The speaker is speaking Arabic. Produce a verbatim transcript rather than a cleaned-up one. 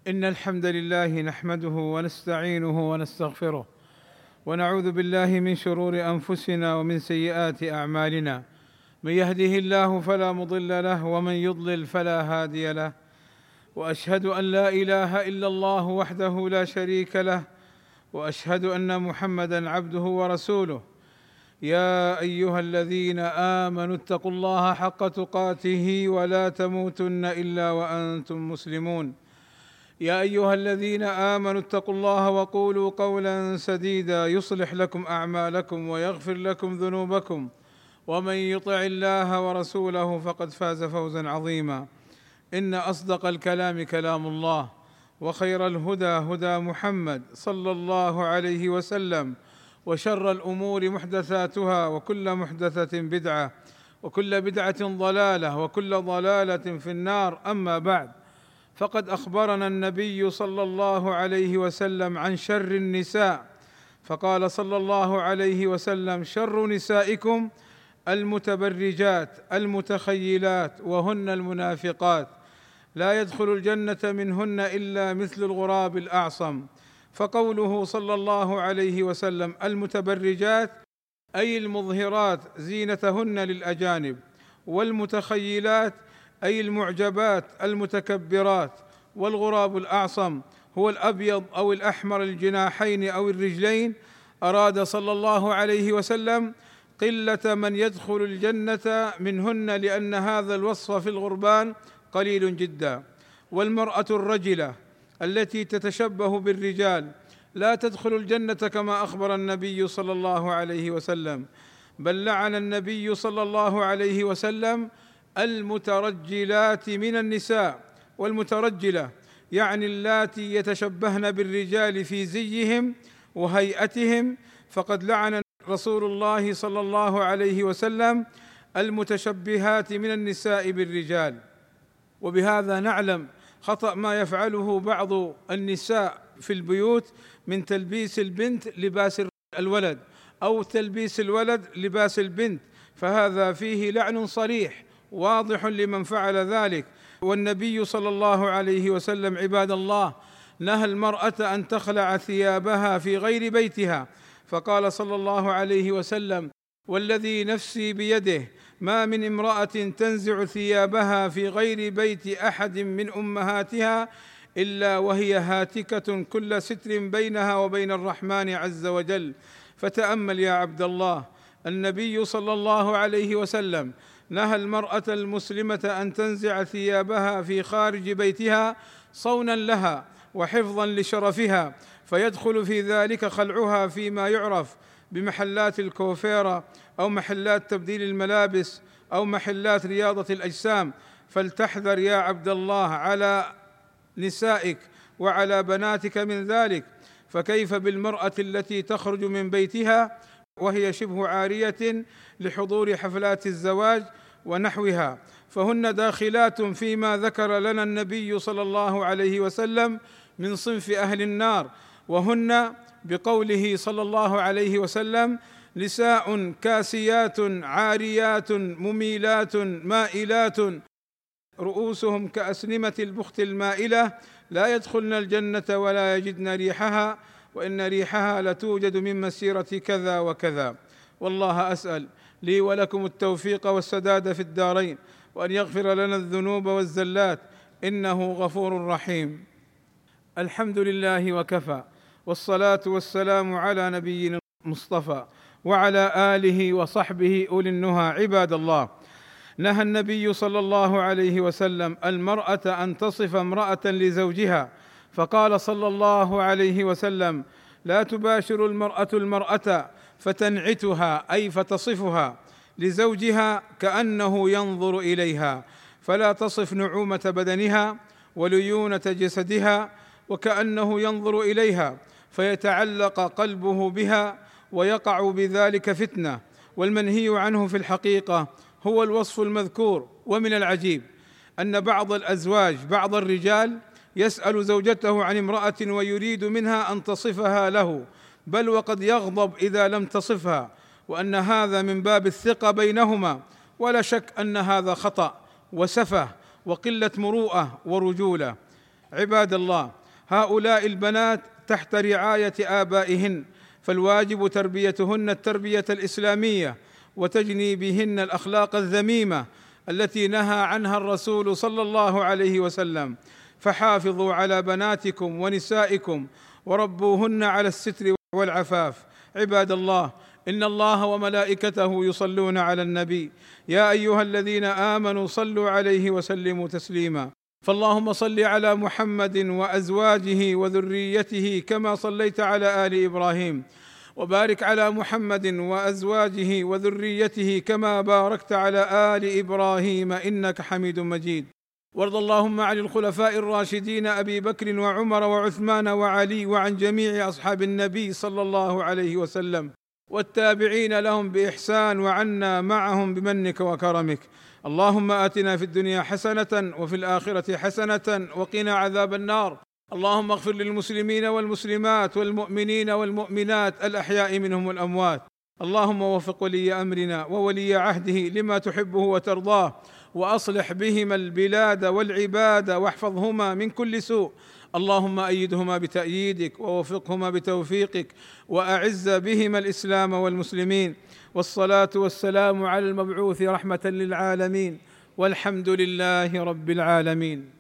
إن الحمد لله نحمده ونستعينه ونستغفره ونعوذ بالله من شرور أنفسنا ومن سيئات أعمالنا. من يهده الله فلا مضل له ومن يضلل فلا هادي له، وأشهد أن لا إله إلا الله وحده لا شريك له، وأشهد أن محمدًا عبده ورسوله. يا أيها الذين آمنوا اتقوا الله حق تقاته ولا تموتن إلا وأنتم مسلمون. يا أيها الذين آمنوا اتقوا الله وقولوا قولا سديدا يصلح لكم أعمالكم ويغفر لكم ذنوبكم، ومن يطع الله ورسوله فقد فاز فوزا عظيما. إن أصدق الكلام كلام الله، وخير الهدى هدى محمد صلى الله عليه وسلم، وشر الأمور محدثاتها، وكل محدثة بدعة، وكل بدعة ضلالة، وكل ضلالة في النار. أما بعد، فقد أخبرنا النبي صلى الله عليه وسلم عن شر النساء، فقال صلى الله عليه وسلم: شر نسائكم المتبرجات المتخيلات وهن المنافقات، لا يدخل الجنة منهن إلا مثل الغراب الأعصم. فقوله صلى الله عليه وسلم المتبرجات أي المظهرات زينتهن للأجانب، والمتخيلات أي المعجبات المتكبرات، والغراب الأعصم هو الأبيض أو الأحمر الجناحين أو الرجلين. أراد صلى الله عليه وسلم قلة من يدخل الجنة منهن، لأن هذا الوصف في الغربان قليل جدا. والمرأة الرجلة التي تتشبه بالرجال لا تدخل الجنة كما أخبر النبي صلى الله عليه وسلم، بل لعن النبي صلى الله عليه وسلم المترجلات من النساء. والمترجلة يعني اللاتي يتشبهن بالرجال في زيهم وهيئتهم، فقد لعن رسول الله صلى الله عليه وسلم المتشبهات من النساء بالرجال. وبهذا نعلم خطأ ما يفعله بعض النساء في البيوت من تلبيس البنت لباس الولد، أو تلبيس الولد لباس البنت، فهذا فيه لعن صريح واضح لمن فعل ذلك. والنبي صلى الله عليه وسلم عباد الله نهى المرأة أن تخلع ثيابها في غير بيتها، فقال صلى الله عليه وسلم: والذي نفسي بيده ما من امرأة تنزع ثيابها في غير بيت أحد من أمهاتها إلا وهي هاتكة كل ستر بينها وبين الرحمن عز وجل. فتأمل يا عبد الله، النبي صلى الله عليه وسلم نهى المرأة المسلمة أن تنزع ثيابها في خارج بيتها صونا لها وحفظا لشرفها، فيدخل في ذلك خلعها فيما يعرف بمحلات الكوفيرة أو محلات تبديل الملابس أو محلات رياضة الأجسام. فلتحذر يا عبد الله على نسائك وعلى بناتك من ذلك. فكيف بالمرأة التي تخرج من بيتها وهي شبه عارية لحضور حفلات الزواج ونحوها، فهن داخلات فيما ذكر لنا النبي صلى الله عليه وسلم من صنف أهل النار. وهن بقوله صلى الله عليه وسلم: نساء كاسيات عاريات مميلات مائلات رؤوسهم كأسنمة البخت المائلة، لا يدخلن الجنة ولا يجدن ريحها، وإن ريحها لتوجد من مسيرة كذا وكذا. والله أسأل لي ولكم التوفيق والسداد في الدارين، وأن يغفر لنا الذنوب والزلات، إنه غفور رحيم. الحمد لله وكفى، والصلاة والسلام على نبينا المصطفى وعلى آله وصحبه أولي النهى. عباد الله، نهى النبي صلى الله عليه وسلم المرأة أن تصف امرأة لزوجها، فقال صلى الله عليه وسلم: لا تباشر المرأة المرأة فتنعتها أي فتصفها لزوجها كأنه ينظر إليها، فلا تصف نعومة بدنها وليونة جسدها وكأنه ينظر إليها فيتعلق قلبه بها ويقع بذلك فتنة. والمنهي عنه في الحقيقة هو الوصف المذكور. ومن العجيب أن بعض الأزواج بعض الرجال يسأل زوجته عن امرأة ويريد منها أن تصفها له، بل وقد يغضب إذا لم تصفها، وأن هذا من باب الثقة بينهما. ولا شك أن هذا خطأ وسفه وقلة مروءة ورجولة. عباد الله، هؤلاء البنات تحت رعاية آبائهن، فالواجب تربيتهن التربية الإسلامية وتجنيبهن الأخلاق الذميمة التي نهى عنها الرسول صلى الله عليه وسلم. فحافظوا على بناتكم ونسائكم وربوهن على الستر والعفاف. عباد الله، إن الله وملائكته يصلون على النبي، يا أيها الذين آمنوا صلوا عليه وسلموا تسليما. فاللهم صل على محمد وأزواجه وذريته كما صليت على آل إبراهيم، وبارك على محمد وأزواجه وذريته كما باركت على آل إبراهيم إنك حميد مجيد. وارض اللهم عن الخلفاء الراشدين أبي بكر وعمر وعثمان وعلي وعن جميع أصحاب النبي صلى الله عليه وسلم والتابعين لهم بإحسان وعنا معهم بمنك وكرمك. اللهم آتنا في الدنيا حسنة وفي الآخرة حسنة وقنا عذاب النار. اللهم اغفر للمسلمين والمسلمات والمؤمنين والمؤمنات الأحياء منهم والأموات. اللهم وفق ولي أمرنا وولي عهده لما تحبه وترضاه، وأصلح بهما البلاد والعباد واحفظهما من كل سوء. اللهم أيدهما بتأييدك ووفقهما بتوفيقك، وأعز بهما الإسلام والمسلمين. والصلاة والسلام على المبعوث رحمة للعالمين، والحمد لله رب العالمين.